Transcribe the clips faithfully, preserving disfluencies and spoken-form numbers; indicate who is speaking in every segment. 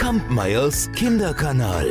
Speaker 1: Kampmeyers Kinderkanal.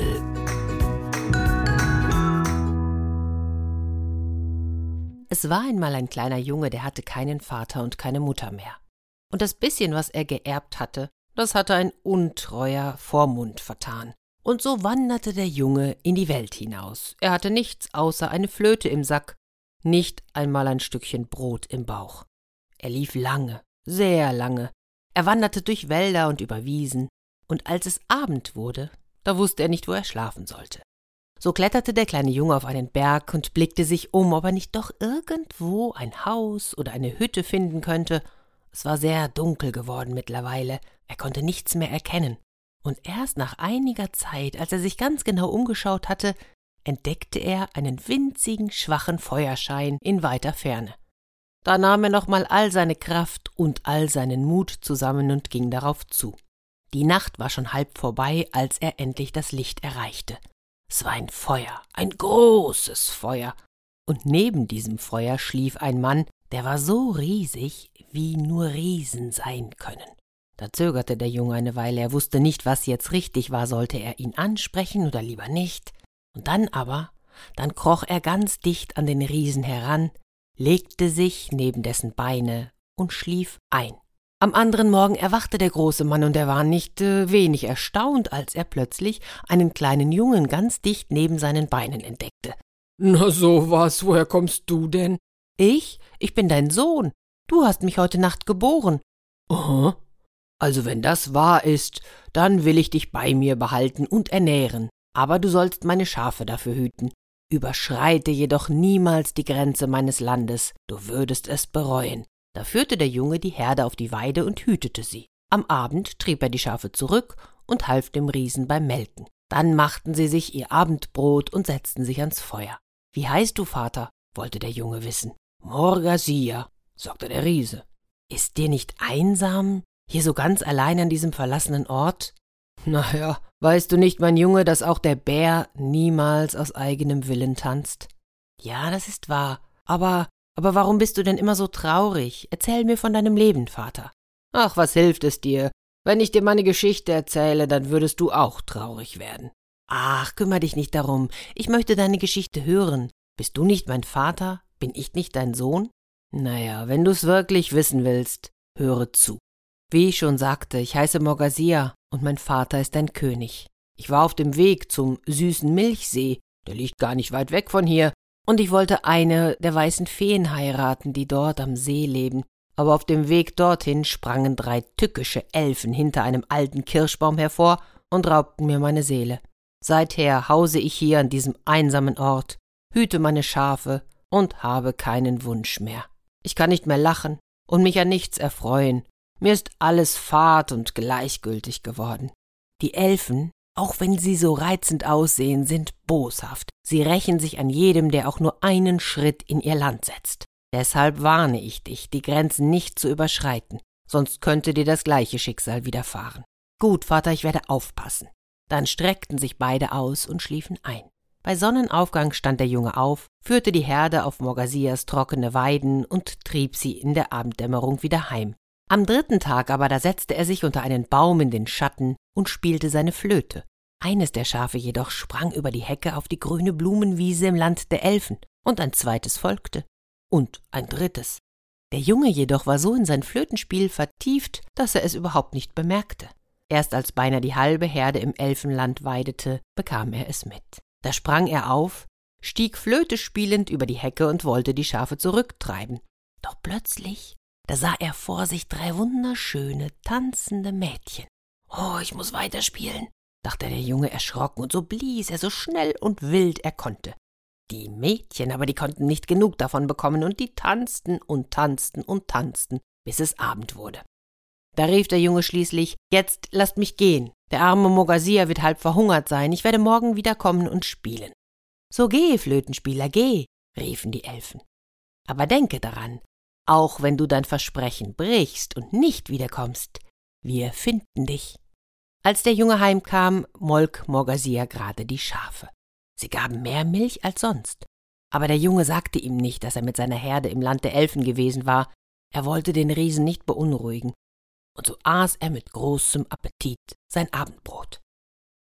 Speaker 2: Es war einmal ein kleiner Junge, der hatte keinen Vater und keine Mutter mehr. Und das bisschen, was er geerbt hatte, das hatte ein untreuer Vormund vertan. Und so wanderte der Junge in die Welt hinaus. Er hatte nichts außer eine Flöte im Sack, nicht einmal ein Stückchen Brot im Bauch. Er lief lange, sehr lange. Er wanderte durch Wälder und über Wiesen. Und als es Abend wurde, da wusste er nicht, wo er schlafen sollte. So kletterte der kleine Junge auf einen Berg und blickte sich um, ob er nicht doch irgendwo ein Haus oder eine Hütte finden könnte. Es war sehr dunkel geworden mittlerweile, er konnte nichts mehr erkennen. Und erst nach einiger Zeit, als er sich ganz genau umgeschaut hatte, entdeckte er einen winzigen, schwachen Feuerschein in weiter Ferne. Da nahm er nochmal all seine Kraft und all seinen Mut zusammen und ging darauf zu. Die Nacht war schon halb vorbei, als er endlich das Licht erreichte. Es war ein Feuer, ein großes Feuer. Und neben diesem Feuer schlief ein Mann, der war so riesig, wie nur Riesen sein können. Da zögerte der Junge eine Weile, er wusste nicht, was jetzt richtig war, sollte er ihn ansprechen oder lieber nicht. Und dann aber, dann kroch er ganz dicht an den Riesen heran, legte sich neben dessen Beine und schlief ein. Am anderen Morgen erwachte der große Mann, und er war nicht äh, wenig erstaunt, als er plötzlich einen kleinen Jungen ganz dicht neben seinen Beinen entdeckte.
Speaker 3: »Na so was, woher kommst du denn?«
Speaker 2: »Ich? Ich bin dein Sohn. Du hast mich heute Nacht geboren.«
Speaker 3: »Aha. Also wenn das wahr ist, dann will ich dich bei mir behalten und ernähren, aber du sollst meine Schafe dafür hüten. Überschreite jedoch niemals die Grenze meines Landes, du würdest es bereuen.«
Speaker 2: Da führte der Junge die Herde auf die Weide und hütete sie. Am Abend trieb er die Schafe zurück und half dem Riesen beim Melken. Dann machten sie sich ihr Abendbrot und setzten sich ans Feuer. »Wie heißt du, Vater?« wollte der Junge wissen.
Speaker 3: »Morgasia«, sagte der Riese.
Speaker 2: »Ist dir nicht einsam, hier so ganz allein an diesem verlassenen Ort?«
Speaker 3: »Na ja, weißt du nicht, mein Junge, dass auch der Bär niemals aus eigenem Willen tanzt?«
Speaker 2: »Ja, das ist wahr, aber, aber warum bist du denn immer so traurig? Erzähl mir von deinem Leben, Vater.«
Speaker 3: »Ach, was hilft es dir? Wenn ich dir meine Geschichte erzähle, dann würdest du auch traurig werden.«
Speaker 2: »Ach, kümmere dich nicht darum, ich möchte deine Geschichte hören. Bist du nicht mein Vater? Bin ich nicht dein Sohn?«
Speaker 3: »Naja, wenn du's wirklich wissen willst, höre zu.
Speaker 2: Wie ich schon sagte, ich heiße Morgasia und mein Vater ist ein König. Ich war auf dem Weg zum süßen Milchsee,
Speaker 3: der liegt gar nicht weit weg von hier,
Speaker 2: und ich wollte eine der weißen Feen heiraten, die dort am See leben. Aber auf dem Weg dorthin sprangen drei tückische Elfen hinter einem alten Kirschbaum hervor und raubten mir meine Seele. Seither hause ich hier an diesem einsamen Ort, hüte meine Schafe und habe keinen Wunsch mehr. Ich kann nicht mehr lachen und mich an nichts erfreuen. Mir ist alles fad und gleichgültig geworden. Die Elfen, auch wenn sie so reizend aussehen, sind boshaft. Sie rächen sich an jedem, der auch nur einen Schritt in ihr Land setzt. Deshalb warne ich dich, die Grenzen nicht zu überschreiten, sonst könnte dir das gleiche Schicksal widerfahren. Gut, Vater, ich werde aufpassen. Dann streckten sich beide aus und schliefen ein. Bei Sonnenaufgang stand der Junge auf, führte die Herde auf Morgasias trockene Weiden und trieb sie in der Abenddämmerung wieder heim. Am dritten Tag aber, da setzte er sich unter einen Baum in den Schatten und spielte seine Flöte. Eines der Schafe jedoch sprang über die Hecke auf die grüne Blumenwiese im Land der Elfen, und ein zweites folgte. Und ein drittes. Der Junge jedoch war so in sein Flötenspiel vertieft, dass er es überhaupt nicht bemerkte. Erst als beinahe die halbe Herde im Elfenland weidete, bekam er es mit. Da sprang er auf, stieg Flöte spielend über die Hecke und wollte die Schafe zurücktreiben. Doch plötzlich, da sah er vor sich drei wunderschöne, tanzende Mädchen. »Oh, ich muss weiterspielen«, dachte der Junge erschrocken, und so blies er so schnell und wild er konnte. Die Mädchen aber, die konnten nicht genug davon bekommen, und die tanzten und tanzten und tanzten, bis es Abend wurde. Da rief der Junge schließlich: »Jetzt lasst mich gehen. Der arme Morgasia wird halb verhungert sein. Ich werde morgen wiederkommen und spielen.« »So geh, Flötenspieler, geh«, riefen die Elfen. »Aber denke daran, auch wenn du dein Versprechen brichst und nicht wiederkommst, wir finden dich.« Als der Junge heimkam, molk Morgasia gerade die Schafe. Sie gaben mehr Milch als sonst. Aber der Junge sagte ihm nicht, dass er mit seiner Herde im Land der Elfen gewesen war. Er wollte den Riesen nicht beunruhigen. Und so aß er mit großem Appetit sein Abendbrot.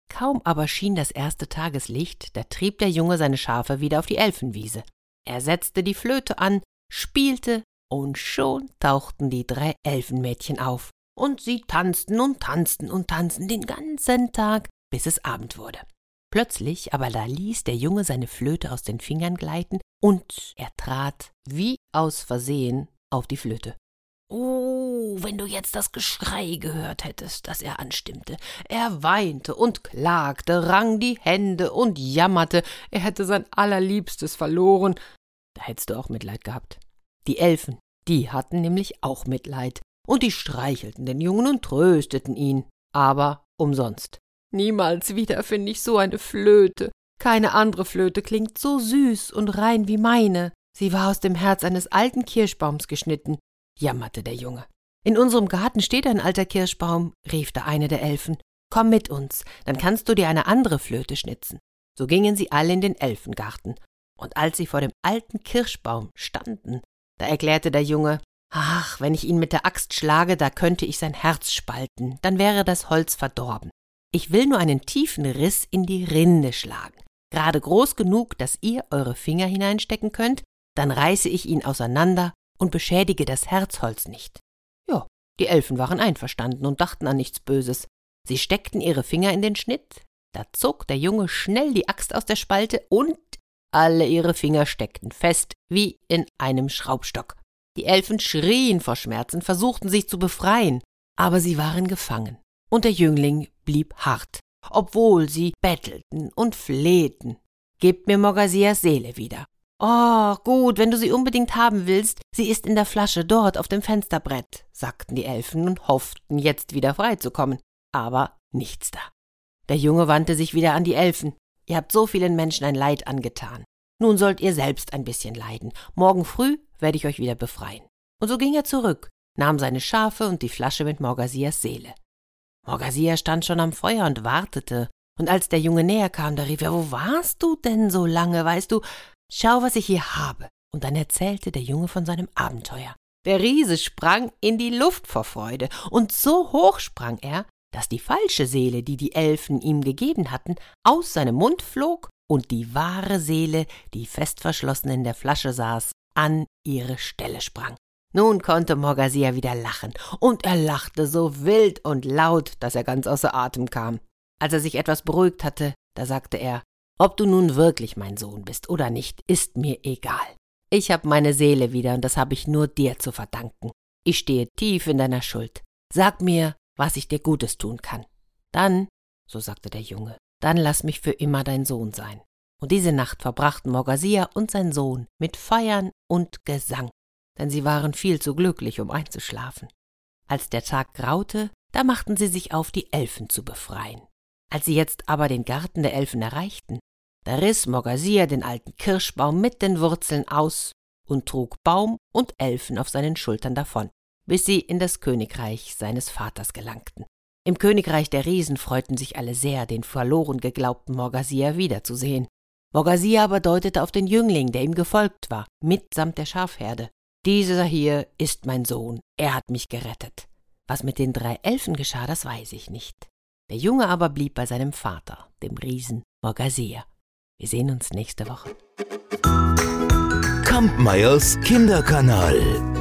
Speaker 2: Kaum aber schien das erste Tageslicht, da trieb der Junge seine Schafe wieder auf die Elfenwiese. Er setzte die Flöte an, spielte, und schon tauchten die drei Elfenmädchen auf. Und sie tanzten und tanzten und tanzten den ganzen Tag, bis es Abend wurde. Plötzlich aber da ließ der Junge seine Flöte aus den Fingern gleiten, und er trat, wie aus Versehen, auf die Flöte. Oh, wenn du jetzt das Geschrei gehört hättest, das er anstimmte. Er weinte und klagte, rang die Hände und jammerte, er hätte sein Allerliebstes verloren. Da hättest du auch Mitleid gehabt. Die Elfen, die hatten nämlich auch Mitleid, und die streichelten den Jungen und trösteten ihn, aber umsonst. Niemals wieder finde ich so eine Flöte. Keine andere Flöte klingt so süß und rein wie meine. Sie war aus dem Herz eines alten Kirschbaums geschnitten, jammerte der Junge. In unserem Garten steht ein alter Kirschbaum, rief da eine der Elfen. Komm mit uns, dann kannst du dir eine andere Flöte schnitzen. So gingen sie alle in den Elfengarten. Und als sie vor dem alten Kirschbaum standen, da erklärte der Junge, ach, wenn ich ihn mit der Axt schlage, da könnte ich sein Herz spalten, dann wäre das Holz verdorben. Ich will nur einen tiefen Riss in die Rinde schlagen, gerade groß genug, dass ihr eure Finger hineinstecken könnt, dann reiße ich ihn auseinander und beschädige das Herzholz nicht. Ja, die Elfen waren einverstanden und dachten an nichts Böses. Sie steckten ihre Finger in den Schnitt, da zog der Junge schnell die Axt aus der Spalte und alle ihre Finger steckten fest wie in einem Schraubstock. Die Elfen schrien vor Schmerzen, versuchten sich zu befreien, aber sie waren gefangen. Und der Jüngling blieb hart, obwohl sie bettelten und flehten. »Gebt mir Morgasias Seele wieder.« »Oh, gut, wenn du sie unbedingt haben willst, sie ist in der Flasche dort auf dem Fensterbrett«, sagten die Elfen und hofften, jetzt wieder freizukommen. Aber nichts da. Der Junge wandte sich wieder an die Elfen. »Ihr habt so vielen Menschen ein Leid angetan. Nun sollt ihr selbst ein bisschen leiden. Morgen früh werde ich euch wieder befreien.« Und so ging er zurück, nahm seine Schafe und die Flasche mit Morgasias Seele. Morgasia stand schon am Feuer und wartete, und als der Junge näher kam, da rief er, »Wo warst du denn so lange, weißt du? Schau, was ich hier habe.« Und dann erzählte der Junge von seinem Abenteuer. Der Riese sprang in die Luft vor Freude, und so hoch sprang er, dass die falsche Seele, die die Elfen ihm gegeben hatten, aus seinem Mund flog und die wahre Seele, die fest verschlossen in der Flasche saß, an ihre Stelle sprang. Nun konnte Morgasia wieder lachen, und er lachte so wild und laut, dass er ganz außer Atem kam. Als er sich etwas beruhigt hatte, da sagte er, »Ob du nun wirklich mein Sohn bist oder nicht, ist mir egal. Ich habe meine Seele wieder, und das habe ich nur dir zu verdanken. Ich stehe tief in deiner Schuld. Sag mir, was ich dir Gutes tun kann. Dann, so sagte der Junge, dann lass mich für immer dein Sohn sein.« Und diese Nacht verbrachten Morgasia und sein Sohn mit Feiern und Gesang, denn sie waren viel zu glücklich, um einzuschlafen. Als der Tag graute, da machten sie sich auf, die Elfen zu befreien. Als sie jetzt aber den Garten der Elfen erreichten, da riss Morgasia den alten Kirschbaum mit den Wurzeln aus und trug Baum und Elfen auf seinen Schultern davon, bis sie in das Königreich seines Vaters gelangten. Im Königreich der Riesen freuten sich alle sehr, den verloren geglaubten Morgasia wiederzusehen. Morgasia aber deutete auf den Jüngling, der ihm gefolgt war, mitsamt der Schafherde. »Dieser hier ist mein Sohn, er hat mich gerettet. Was mit den drei Elfen geschah, das weiß ich nicht.« Der Junge aber blieb bei seinem Vater, dem Riesen Morgasia. Wir sehen uns nächste Woche.
Speaker 1: Kampmeyers Kinderkanal.